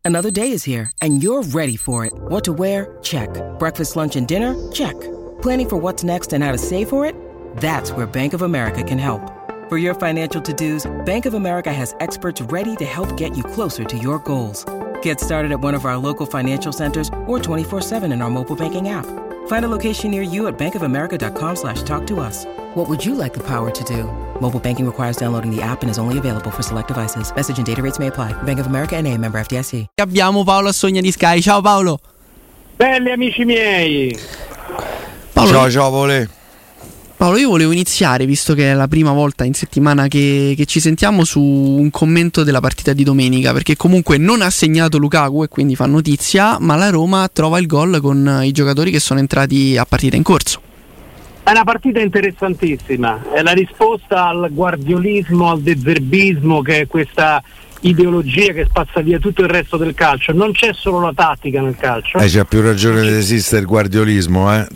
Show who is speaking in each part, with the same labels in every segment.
Speaker 1: Another day is here, and you're ready for it. What to wear? Check. Breakfast, lunch, and dinner? Check. Planning for what's next and how to save for it? That's where Bank of America can help. For your financial to-dos, Bank of America has experts ready to help get you closer to your goals. Get started at one of our local financial centers or 24/7 in our mobile banking app. Find a location near you at bankofamerica.com/talktous. What would you like the power to do? Mobile banking requires downloading the app and is only available for select devices. Message and data rates may apply. Bank of America N.A., member FDIC.
Speaker 2: Abbiamo Paolo Assogna di Sky. Ciao Paolo.
Speaker 3: Belli amici miei.
Speaker 2: Paolo,
Speaker 4: ciao Vole.
Speaker 2: Paolo, io volevo iniziare, visto che è la prima volta in settimana che ci sentiamo, su un commento della partita di domenica, perché comunque non ha segnato Lukaku e quindi fa notizia, ma la Roma trova il gol con i giocatori che sono entrati a partita in corso.
Speaker 3: È una partita interessantissima, è la risposta al guardiolismo, al dezerbismo, che è questa ideologia che spazza via tutto il resto del calcio. Non c'è solo la tattica nel calcio.
Speaker 4: C'ha più ragione di esistere il guardiolismo,
Speaker 3: non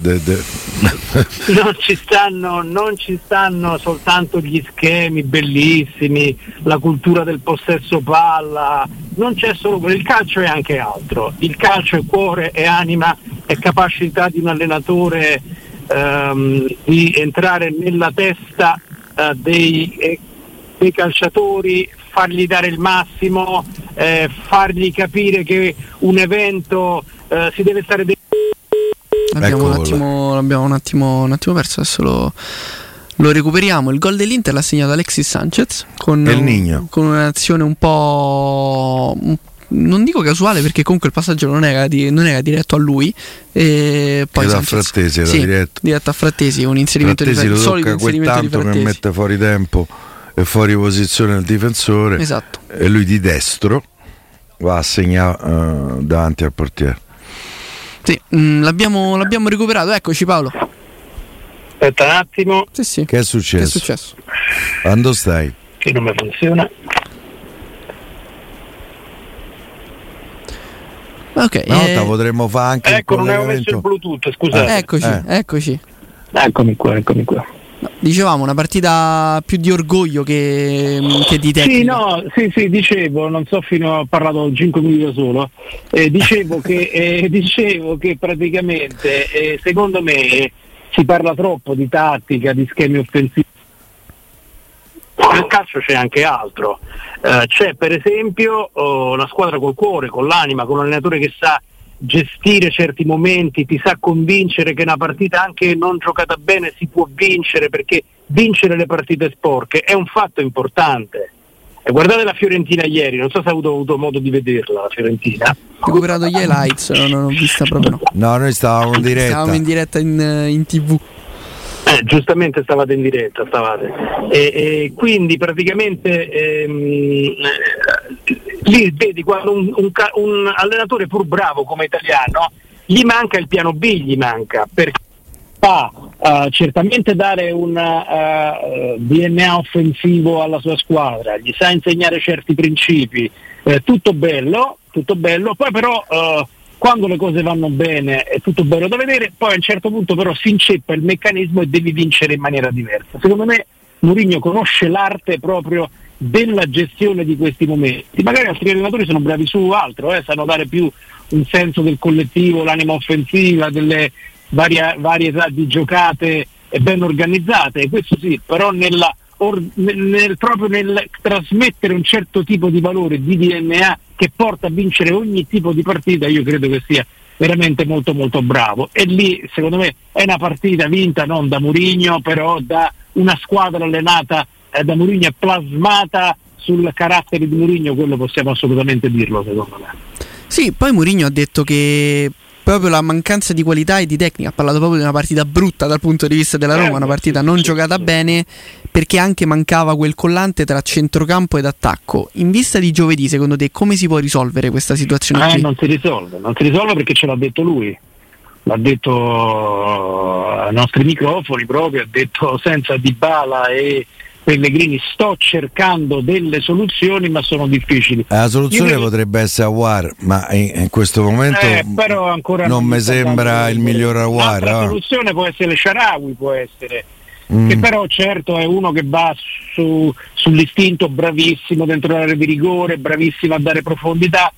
Speaker 3: ci stanno soltanto gli schemi bellissimi, la cultura del possesso palla, non c'è solo quello, il calcio è anche altro. Il calcio è cuore, è anima, è capacità di un allenatore di entrare nella testa dei calciatori, fargli dare il massimo, fargli capire che un evento si deve stare
Speaker 2: L'abbiamo un attimo perso, adesso lo recuperiamo. Il gol dell'Inter l'ha segnato Alexis Sanchez con un'azione un po', non dico casuale, perché comunque il passaggio non era diretto a lui, e poi
Speaker 4: da Frattesi era
Speaker 2: diretto a Frattesi, un inserimento
Speaker 4: Frattesi
Speaker 2: di
Speaker 4: lo tocca quel tanto che mette fuori tempo e fuori posizione il difensore,
Speaker 2: esatto,
Speaker 4: e lui di destro va a segnare davanti al portiere.
Speaker 2: Sì, l'abbiamo recuperato, eccoci Paolo.
Speaker 3: Aspetta un attimo.
Speaker 2: Sì.
Speaker 4: Che è successo? Quando stai?
Speaker 3: Che non mi funziona.
Speaker 2: Ok.
Speaker 4: Una volta potremmo fare anche
Speaker 3: ecco, non avevo messo il Bluetooth, scusate.
Speaker 2: Eccoci.
Speaker 3: Eccomi qua.
Speaker 2: No, dicevamo una partita più di orgoglio che di tecnica.
Speaker 3: Sì, dicevo, non so, ho parlato 5 minuti da solo. Dicevo che praticamente secondo me si parla troppo di tattica, di schemi offensivi. Nel calcio c'è anche altro, c'è per esempio la squadra col cuore, con l'anima, con un allenatore che sa gestire certi momenti, ti sa convincere che una partita anche non giocata bene si può vincere, perché vincere le partite sporche è un fatto importante. E guardate la Fiorentina ieri, non so se avete avuto modo di vederla, la Fiorentina.
Speaker 2: Ho recuperato gli highlights, non ho vista proprio.
Speaker 4: No, noi stavamo in diretta.
Speaker 2: Stavamo in diretta in TV.
Speaker 3: Giustamente stavate in diretta, e quindi praticamente lì vedi quando un allenatore pur bravo come Italiano gli manca il piano B, perché fa certamente dare un DNA offensivo alla sua squadra, gli sa insegnare certi principi, tutto bello, poi però quando le cose vanno bene è tutto bello da vedere, poi a un certo punto però si inceppa il meccanismo e devi vincere in maniera diversa. Secondo me Mourinho conosce l'arte proprio della gestione di questi momenti. Magari altri allenatori sono bravi su altro, sanno dare più un senso del collettivo, l'anima offensiva, delle varietà di giocate ben organizzate, questo sì, però proprio nel trasmettere un certo tipo di valore, di DNA che porta a vincere ogni tipo di partita, io credo che sia veramente molto molto bravo. E lì secondo me è una partita vinta non da Mourinho, però da una squadra allenata da Mourinho e plasmata sul carattere di Mourinho, quello possiamo assolutamente dirlo, secondo me.
Speaker 2: Sì, poi Mourinho ha detto che proprio la mancanza di qualità e di tecnica, ha parlato proprio di una partita brutta dal punto di vista della Roma, una partita non giocata bene, perché anche mancava quel collante tra centrocampo ed attacco. In vista di giovedì, secondo te come si può risolvere questa situazione qui?
Speaker 3: Non si risolve perché ce l'ha detto lui, l'ha detto ai nostri microfoni proprio, ha detto senza Dybala e Pellegrini sto cercando delle soluzioni, ma sono difficili.
Speaker 4: La soluzione potrebbe essere Aouar, ma in questo momento
Speaker 3: però ancora
Speaker 4: non mi sembra il miglior Aouar.
Speaker 3: La soluzione può essere Shaarawy, può essere che però certo è uno che va sull'istinto, bravissimo dentro l'area di rigore, bravissimo a dare profondità,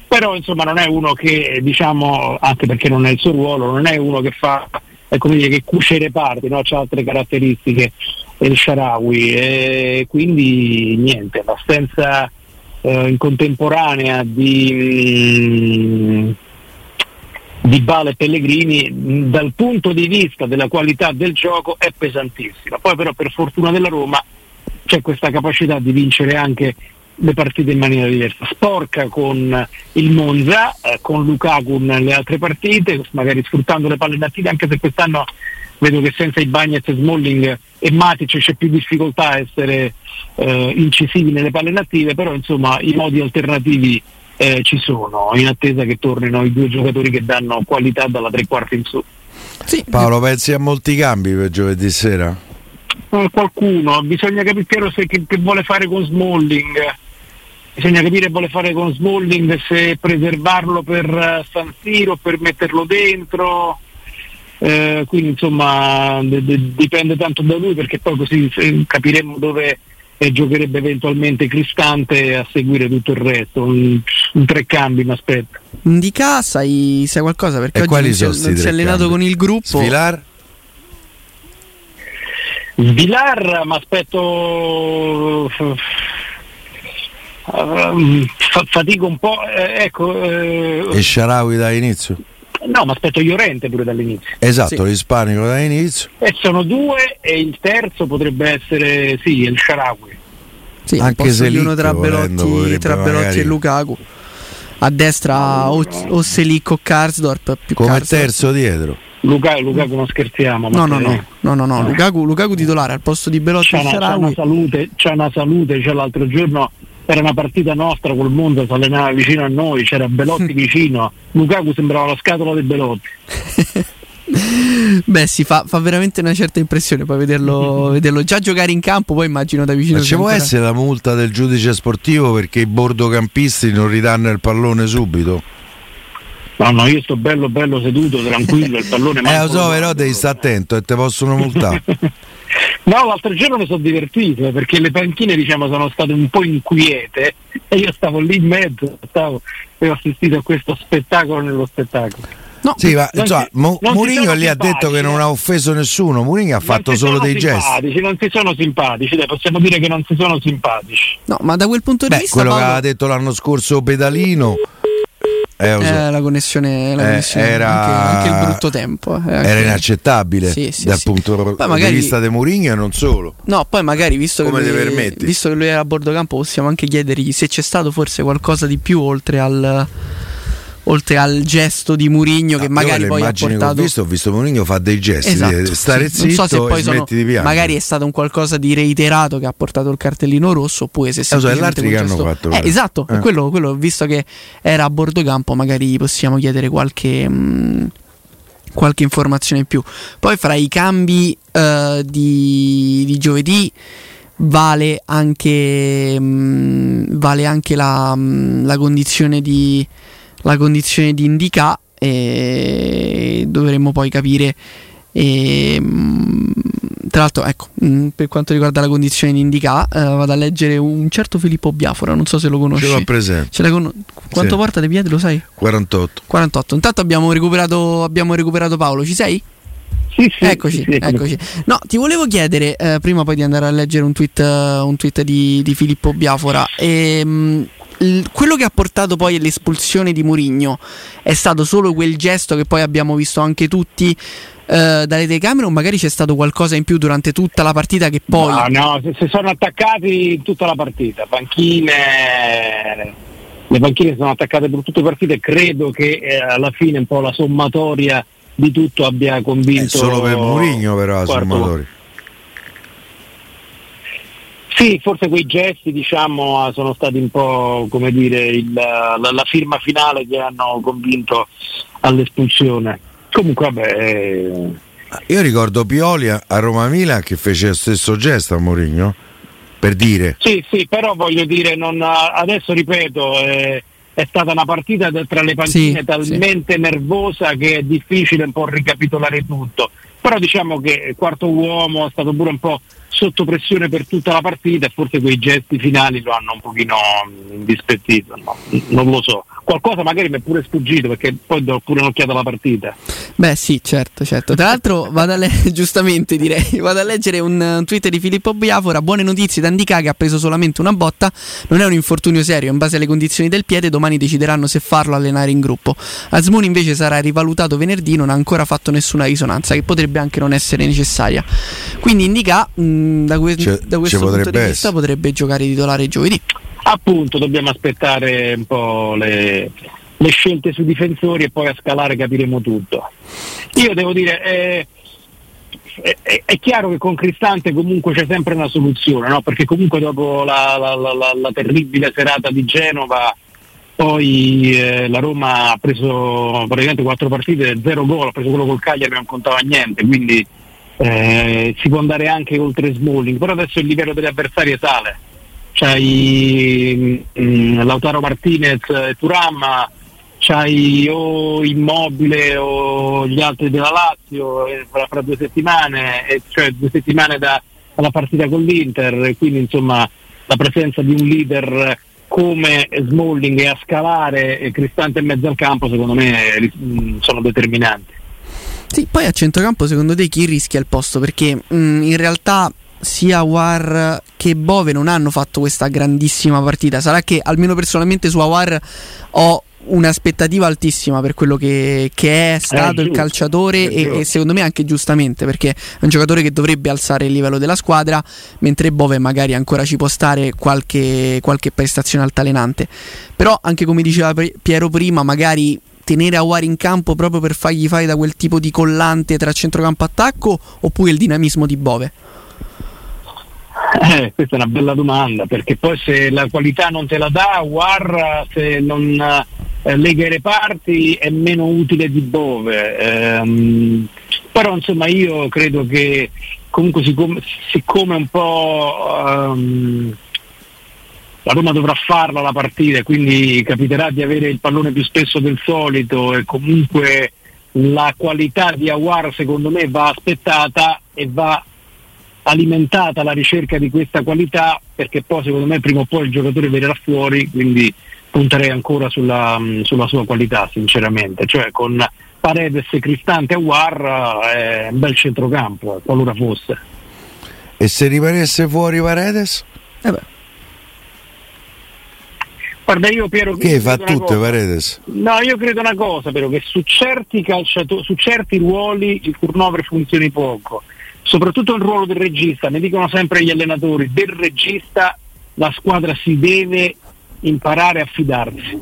Speaker 3: però insomma non è uno che, diciamo, anche perché non è il suo ruolo, non è uno che fa, come dire, che cuce i reparti, no? C'ha altre caratteristiche il Shaarawy, e quindi niente, l'assenza in contemporanea di Dybala e Pellegrini dal punto di vista della qualità del gioco è pesantissima. Poi però per fortuna della Roma c'è questa capacità di vincere anche le partite in maniera diversa, sporca con il Monza, con Lukaku nelle altre partite, magari sfruttando le palle inattive, anche se quest'anno vedo che senza i Bagnets, Smalling e Matic c'è più difficoltà a essere incisivi nelle palle inattive, però insomma i modi alternativi ci sono, in attesa che tornino i due giocatori che danno qualità dalla tre quarti in su.
Speaker 2: Sì.
Speaker 4: Paolo, pensi a molti cambi per giovedì sera?
Speaker 3: Qualcuno, bisogna capire Piero che vuole fare con Smalling, se preservarlo per San Siro, per metterlo dentro, quindi insomma dipende tanto da lui, perché poi così capiremo dove giocherebbe eventualmente Cristante a seguire tutto il resto. Un tre cambi mi aspetto.
Speaker 2: Indica, sai qualcosa, perché oggi non si è allenato con il gruppo.
Speaker 3: Svilar mi aspetto, fatico un po',
Speaker 4: e Shaarawy da inizio?
Speaker 3: No, mi aspetto Llorente pure dall'inizio.
Speaker 4: Esatto, sì. L'ispanico da inizio.
Speaker 3: E sono due, e il terzo potrebbe essere il Shaarawy.
Speaker 2: Sì, anche se uno tra Belotti e Lukaku. A destra o Selic o Karsdorp, più
Speaker 4: come
Speaker 2: Karsdorp.
Speaker 4: Terzo dietro.
Speaker 3: Lukaku non scherziamo.
Speaker 2: No. Lukaku titolare al posto di Belotti e Shaarawy.
Speaker 3: C'ha una salute, l'altro giorno era una partita nostra col Monza, si allenava vicino a noi, c'era Belotti vicino, Lukaku sembrava la scatola dei Belotti.
Speaker 2: Beh, si fa veramente una certa impressione poi vederlo già giocare in campo, poi immagino da vicino.
Speaker 4: Ma ci può essere la multa del giudice sportivo perché i bordocampisti non ridanno il pallone subito?
Speaker 3: No, io sto bello seduto, tranquillo, il pallone
Speaker 4: lo so, però devi stare attento e te possono multare.
Speaker 3: No, l'altro giorno mi sono divertito perché le panchine, diciamo, sono state un po' inquiete e io stavo lì in mezzo e ho assistito a questo spettacolo nello spettacolo.
Speaker 2: No,
Speaker 4: sì, ma Mourinho lì ha detto che non ha offeso nessuno. Mourinho ha fatto solo dei gesti.
Speaker 3: Non si sono simpatici, possiamo dire che non si sono simpatici.
Speaker 2: No, ma da quel punto di vista
Speaker 4: quello che aveva detto l'anno scorso Pedalino,
Speaker 2: la connessione anche il brutto tempo
Speaker 4: era inaccettabile dal punto di vista di Mourinho e non solo.
Speaker 2: No, poi magari visto che lui era a bordo campo possiamo anche chiedergli se c'è stato forse qualcosa di più oltre al gesto di Mourinho che magari poi ha portato.
Speaker 4: Ho visto Mourinho fa dei gesti, stare zitto, non so se poi smetti di piangere.
Speaker 2: Magari è stato un qualcosa di reiterato che ha portato il cartellino rosso, oppure se
Speaker 4: l'altri che hanno fatto.
Speaker 2: Esatto, quello visto che era a bordo campo magari possiamo chiedere qualche informazione in più. Poi fra i cambi di giovedì vale anche la condizione di Indica, e dovremmo poi capire tra l'altro per quanto riguarda la condizione di Indica, vado a leggere un certo Filippo Biafora, non so se lo conosci.
Speaker 4: Ce l'ho presente.
Speaker 2: Quanto porta di piedi, lo sai?
Speaker 4: 48.
Speaker 2: Intanto abbiamo recuperato Paolo, ci sei?
Speaker 3: Sì,
Speaker 2: eccoci. No, ti volevo chiedere prima poi di andare a leggere un tweet di Filippo Biafora, quello che ha portato poi all'espulsione di Mourinho è stato solo quel gesto che poi abbiamo visto anche tutti dalle telecamere, o magari c'è stato qualcosa in più durante tutta la partita che poi
Speaker 3: no, si sono attaccati tutta la partita, le panchine sono attaccate per tutte le partite. Credo che alla fine un po' la sommatoria di tutto abbia convinto.
Speaker 4: Solo per Mourinho però la sommatoria.
Speaker 3: Sì, forse quei gesti, diciamo, sono stati un po', come dire, la firma finale che hanno convinto all'espulsione. Comunque vabbè.
Speaker 4: Io ricordo Pioli a Roma Milan che fece lo stesso gesto a Mourinho, per dire.
Speaker 3: Sì, però voglio dire, adesso ripeto, è stata una partita tra le panchine talmente nervosa che è difficile un po' ricapitolare tutto. Però diciamo che quarto uomo è stato pure un po' sotto pressione per tutta la partita e forse quei gesti finali lo hanno un pochino indispettito, no? Non lo so, qualcosa magari mi è pure sfuggito perché poi do pure un'occhiata alla partita.
Speaker 2: Beh sì, certo. Tra l'altro giustamente direi, vado a leggere un tweet di Filippo Biafora. Buone notizie da Ndicà che ha preso solamente una botta, non è un infortunio serio, in base alle condizioni del piede domani decideranno se farlo allenare in gruppo. Azmoun invece sarà rivalutato venerdì, non ha ancora fatto nessuna risonanza, che potrebbe anche non essere necessaria. Quindi Ndicà da questo punto di vista potrebbe giocare titolare giovedì.
Speaker 3: Appunto, dobbiamo aspettare un po' le scelte sui difensori e poi a scalare capiremo tutto. Io devo dire, è chiaro che con Cristante comunque c'è sempre una soluzione, no? Perché comunque dopo la terribile serata di Genova poi la Roma ha preso praticamente 4 partite, 0 gol, ha preso quello col Cagliari e non contava niente, quindi si può andare anche oltre Smalling, però adesso il livello degli avversari sale. C'hai Lautaro Martinez e Thuram, c'hai o Immobile o gli altri della Lazio fra 2 settimane, cioè 2 settimane dalla partita con l'Inter, e quindi insomma la presenza di un leader come Smalling e a scalare e Cristante in mezzo al campo secondo me sono determinanti.
Speaker 2: Sì, poi a centrocampo secondo te chi rischia il posto? Perché in realtà sia Aouar che Bove non hanno fatto questa grandissima partita. Sarà che almeno personalmente su Aouar ho un'aspettativa altissima per quello che è stato il calciatore e secondo me anche giustamente, perché è un giocatore che dovrebbe alzare il livello della squadra, mentre Bove magari ancora ci può stare qualche prestazione altalenante. Però anche come diceva Piero prima, magari tenere Aouar in campo proprio per fargli fare da quel tipo di collante tra centrocampo e attacco, oppure il dinamismo di Bove?
Speaker 3: Questa è una bella domanda, perché poi se la qualità non te la dà Aouar, se non lega i reparti è meno utile di Bove, però insomma io credo che comunque siccome un po' la Roma dovrà farla la partita, quindi capiterà di avere il pallone più spesso del solito e comunque la qualità di Aouar secondo me va aspettata e va alimentata la ricerca di questa qualità, perché poi secondo me prima o poi il giocatore verrà fuori, quindi punterei ancora sulla sua qualità sinceramente, cioè con Paredes, Cristante e Aouar è un bel centrocampo qualora fosse.
Speaker 4: E se rimanesse fuori Paredes?
Speaker 3: Guarda, io Piero
Speaker 4: che fa tutte Paredes?
Speaker 3: No, io credo una cosa però, che su certi calciatori, su certi ruoli il turnover funzioni poco, soprattutto il ruolo del regista. Ne dicono sempre gli allenatori, del regista la squadra si deve imparare a fidarsi,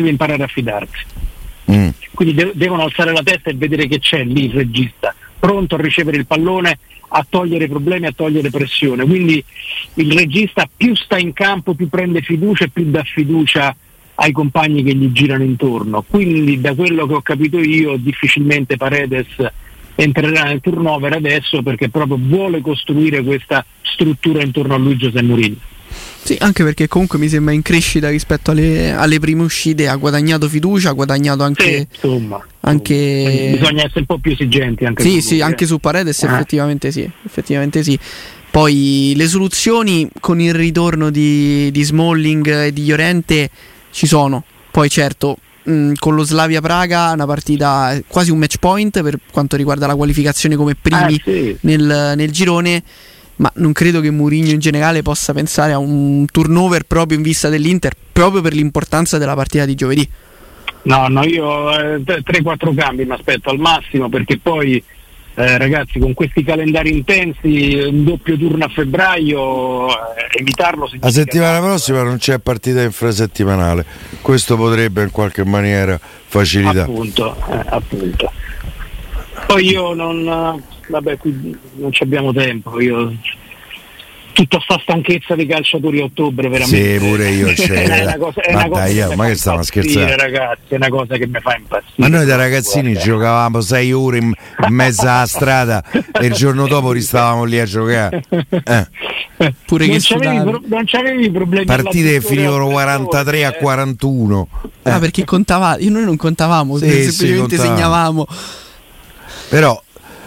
Speaker 3: quindi devono alzare la testa e vedere che c'è lì il regista pronto a ricevere il pallone, a togliere problemi, a togliere pressione. Quindi il regista più sta in campo, più prende fiducia e più dà fiducia ai compagni che gli girano intorno. Quindi da quello che ho capito io difficilmente Paredes entrerà nel turnover adesso, perché proprio vuole costruire questa struttura intorno a lui José Mourinho.
Speaker 2: Sì, anche perché comunque mi sembra in crescita rispetto alle prime uscite, ha guadagnato fiducia, ha guadagnato anche, anche...
Speaker 3: bisogna essere un po' più esigenti anche
Speaker 2: anche su Paredes effettivamente sì. Poi le soluzioni con il ritorno di Smalling e di Llorente ci sono. Poi certo con lo Slavia Praga una partita quasi un match point per quanto riguarda la qualificazione come primi nel girone, ma non credo che Mourinho in generale possa pensare a un turnover proprio in vista dell'Inter, proprio per l'importanza della partita di giovedì.
Speaker 3: No, io 3-4 cambi mi aspetto al massimo, perché poi ragazzi, con questi calendari intensi, un doppio turno a febbraio, evitarlo.
Speaker 4: La settimana prossima non c'è partita infrasettimanale, questo potrebbe in qualche maniera facilitare.
Speaker 3: Appunto. Poi io qui non ci abbiamo tempo, tutta sta stanchezza dei calciatori a ottobre veramente.
Speaker 4: Sì, pure io c'è. Ma che stiamo scherzando?
Speaker 3: Ragazzi, è una cosa che mi fa impazzire.
Speaker 4: Ma noi da ragazzini giocavamo 6 ore in mezzo alla strada e il giorno dopo ristavamo lì a giocare.
Speaker 2: Pure
Speaker 3: non c'avevi problemi.
Speaker 4: Partite finivano 43 a 41.
Speaker 2: Perché contavate, noi non contavamo, semplicemente segnavamo.
Speaker 4: Però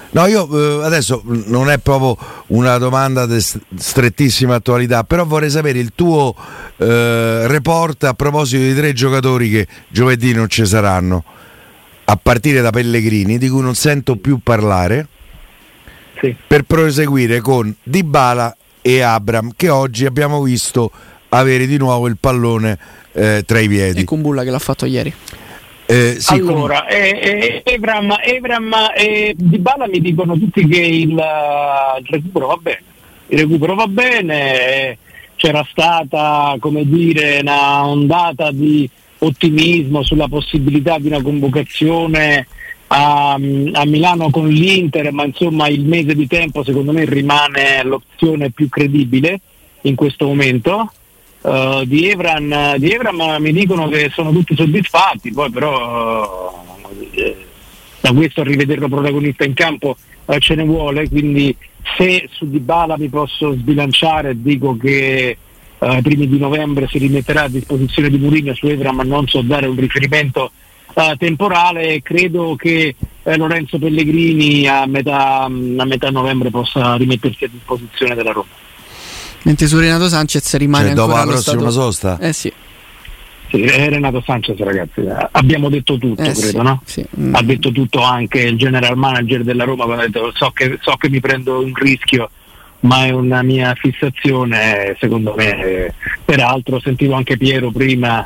Speaker 4: No, io adesso non è proprio una domanda di strettissima attualità, però vorrei sapere il tuo report a proposito di 3 giocatori che giovedì non ci saranno, a partire da Pellegrini, di cui non sento più parlare,
Speaker 3: sì,
Speaker 4: per proseguire con Dybala e Abraham, che oggi abbiamo visto avere di nuovo il pallone tra i piedi.
Speaker 2: E Kumbulla che l'ha fatto ieri.
Speaker 3: Sì, allora, Evram e Dybala mi dicono tutti che il recupero va bene. Il recupero va bene, c'era stata, come dire, una ondata di ottimismo sulla possibilità di una convocazione a Milano con l'Inter, ma insomma il mese di tempo secondo me rimane l'opzione più credibile in questo momento. Di Evram mi dicono che sono tutti soddisfatti, poi però da questo a rivederlo protagonista in campo ce ne vuole, quindi se su Dybala mi posso sbilanciare dico che ai primi di novembre si rimetterà a disposizione di Mourinho. Su Evram non so dare un riferimento temporale, e credo che Lorenzo Pellegrini a metà novembre possa rimettersi a disposizione della Roma.
Speaker 2: Mentre su Renato Sanchez rimane
Speaker 4: dopo
Speaker 2: ancora
Speaker 4: la prossima sosta?
Speaker 2: Sì.
Speaker 3: Renato Sanchez, ragazzi, abbiamo detto tutto, credo,
Speaker 2: sì,
Speaker 3: no?
Speaker 2: Sì.
Speaker 3: Ha detto tutto anche il general manager della Roma quando ha detto so che mi prendo un rischio, ma è una mia fissazione, secondo me. Peraltro sentivo anche Piero prima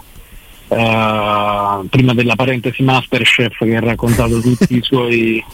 Speaker 3: della parentesi Masterchef, che ha raccontato tutti i suoi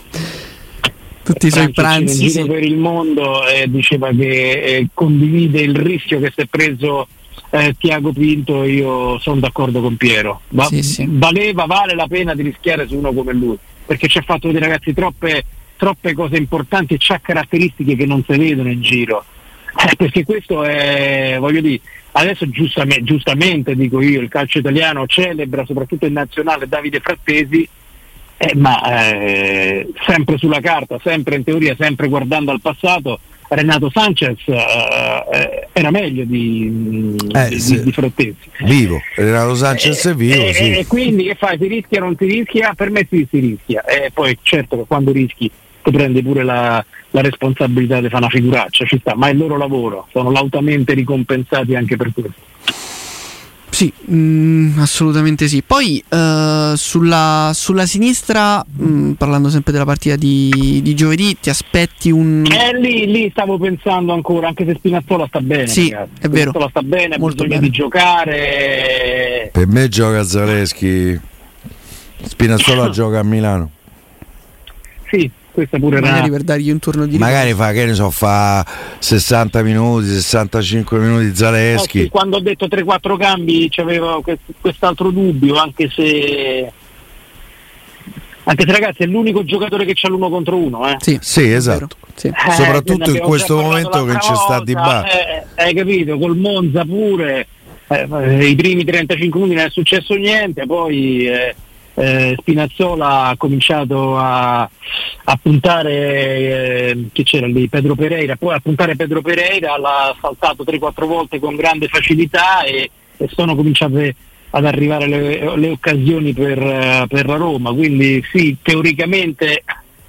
Speaker 2: pranzi
Speaker 3: in giro per il mondo, e diceva che condivide il rischio che si è preso Tiago Pinto. Io sono d'accordo con Piero, vale la pena di rischiare su uno come lui, perché ci ha fatto vedere, ragazzi, troppe cose importanti, e c'ha caratteristiche che non si vedono in giro, perché questo è, voglio dire, adesso giustamente dico io, il calcio italiano celebra soprattutto in nazionale Davide Frattesi, ma sempre sulla carta, sempre in teoria, sempre guardando al passato, Renato Sanchez era meglio di Frattesi.
Speaker 4: Vivo, Renato Sanchez è vivo, sì.
Speaker 3: E quindi che fai? Si rischia o non si rischia? Per me si rischia. E poi certo che quando rischi ti prendi pure la responsabilità di fare una figuraccia, ci sta, ma è il loro lavoro, sono lautamente ricompensati anche per questo.
Speaker 2: Sì, assolutamente sì. Poi sulla sinistra, parlando sempre della partita di giovedì, ti aspetti un...
Speaker 3: Lì stavo pensando ancora, anche se Spinazzola sta bene.
Speaker 2: Sì,
Speaker 3: ragazzi.
Speaker 2: è vero.
Speaker 3: Spinazzola sta bene, ha
Speaker 2: molto
Speaker 3: bisogno
Speaker 2: bene
Speaker 3: di giocare.
Speaker 4: Per me gioca Zaleschi, Spinazzola gioca a Milano.
Speaker 3: Sì, questa pure
Speaker 2: magari per dargli un turno di
Speaker 4: magari fa, che ne so, fa 60 minuti, 65 minuti Zaleschi.
Speaker 3: Sì, quando ho detto 3-4 cambi c'avevo quest'altro dubbio, anche se ragazzi è l'unico giocatore che c'ha l'1 contro 1,
Speaker 4: Sì, esatto.
Speaker 2: Sì.
Speaker 4: Soprattutto in questo momento che c'è sta Dybala.
Speaker 3: Hai capito, col Monza pure i primi 35 minuti non è successo niente, poi Spinazzola ha cominciato a puntare chi c'era lì, Pedro Pereira, poi a puntare Pedro Pereira, l'ha saltato 3-4 volte con grande facilità, e sono cominciate ad arrivare le occasioni per la Roma, quindi sì, teoricamente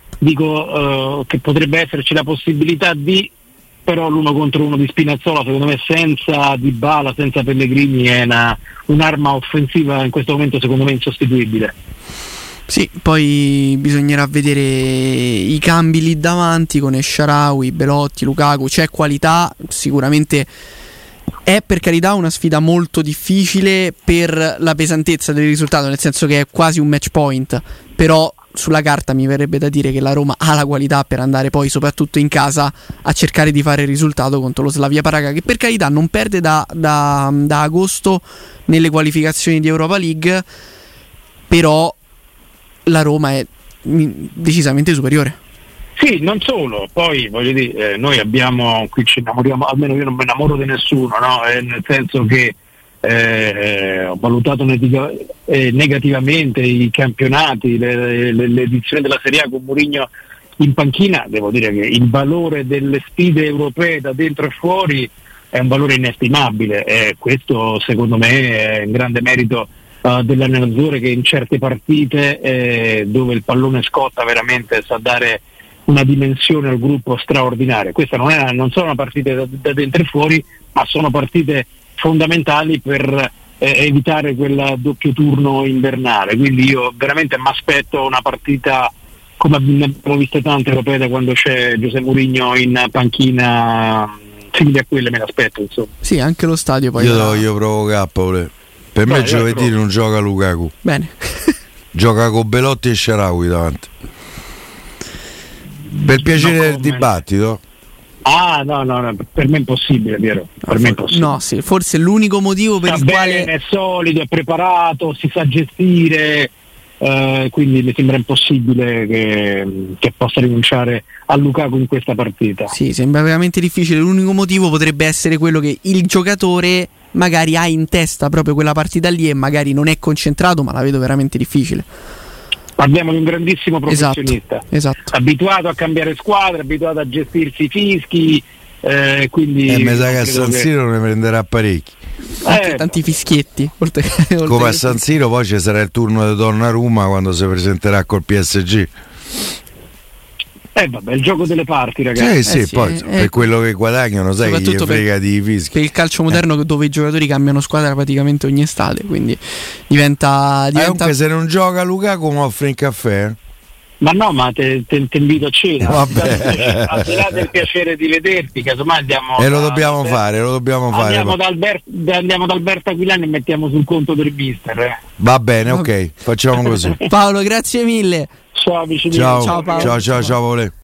Speaker 3: dico che potrebbe esserci la possibilità però l'1 contro 1 di Spinazzola secondo me senza Dybala, senza Pellegrini è un'arma offensiva in questo momento secondo me insostituibile.
Speaker 2: Sì, poi bisognerà vedere i cambi lì davanti con Esharawi, Belotti, Lukaku, c'è qualità, sicuramente è per carità una sfida molto difficile per la pesantezza del risultato, nel senso che è quasi un match point, però sulla carta mi verrebbe da dire che la Roma ha la qualità per andare poi soprattutto in casa a cercare di fare il risultato contro lo Slavia Praga, che per carità non perde da agosto nelle qualificazioni di Europa League, però la Roma è decisamente superiore.
Speaker 3: Sì, non solo, poi voglio dire, noi abbiamo, qui ci innamoriamo, almeno io non mi innamoro di nessuno, no? Nel senso che ho valutato negativamente i campionati, le edizioni della Serie A con Mourinho in panchina. Devo dire che il valore delle sfide europee da dentro e fuori è un valore inestimabile, e questo secondo me è un grande merito dell'allenatore, che in certe partite dove il pallone scotta veramente sa dare una dimensione al gruppo straordinaria. Questa non sono partite da dentro e fuori, ma sono partite fondamentali per evitare quel doppio turno invernale. Quindi io veramente mi aspetto una partita come abbiamo viste tante europee da quando c'è José Mourinho in panchina, simili a quelle me le aspetto, insomma.
Speaker 2: Sì, anche lo stadio poi.
Speaker 4: Io provo K, per me giovedì non gioca Lukaku.
Speaker 2: Bene.
Speaker 4: Gioca con Belotti e Shaarawy davanti. Per piacere del dibattito.
Speaker 3: No, per me è impossibile, Piero. Per me è impossibile.
Speaker 2: No, sì, forse l'unico motivo per il quale
Speaker 3: è solido, è preparato, si sa gestire, quindi mi sembra impossibile che possa rinunciare a Lukaku in questa partita.
Speaker 2: Sì, sembra veramente difficile. L'unico motivo potrebbe essere quello che il giocatore magari ha in testa proprio quella partita lì e magari non è concentrato, ma la vedo veramente difficile.
Speaker 3: Parliamo di un grandissimo professionista,
Speaker 2: esatto.
Speaker 3: Abituato a cambiare squadra, abituato a gestirsi i fischi, quindi
Speaker 4: mi sa che a San Siro ne prenderà parecchi.
Speaker 2: Tanti fischietti
Speaker 4: come a San Siro. Poi ci sarà il turno di Donnarumma quando si presenterà col PSG.
Speaker 3: Vabbè, il gioco delle parti, ragazzi.
Speaker 4: Sì, poi per quello che guadagnano, sai che gli frega di fischi.
Speaker 2: Per il calcio moderno dove i giocatori cambiano squadra praticamente ogni estate, quindi diventa...
Speaker 4: Anche se non gioca Lukaku mi offri un caffè?
Speaker 3: Ma no, ma te invito a cena.
Speaker 4: Vabbè.
Speaker 3: Al di là del piacere di vederti, casomai andiamo.
Speaker 4: Lo dobbiamo fare.
Speaker 3: Andiamo da Alberto Aquilani e mettiamo sul conto del mister.
Speaker 4: Va bene, ok, facciamo così.
Speaker 2: Paolo, grazie mille.
Speaker 3: Ciao amici.
Speaker 4: Ciao Paolo. Ciao.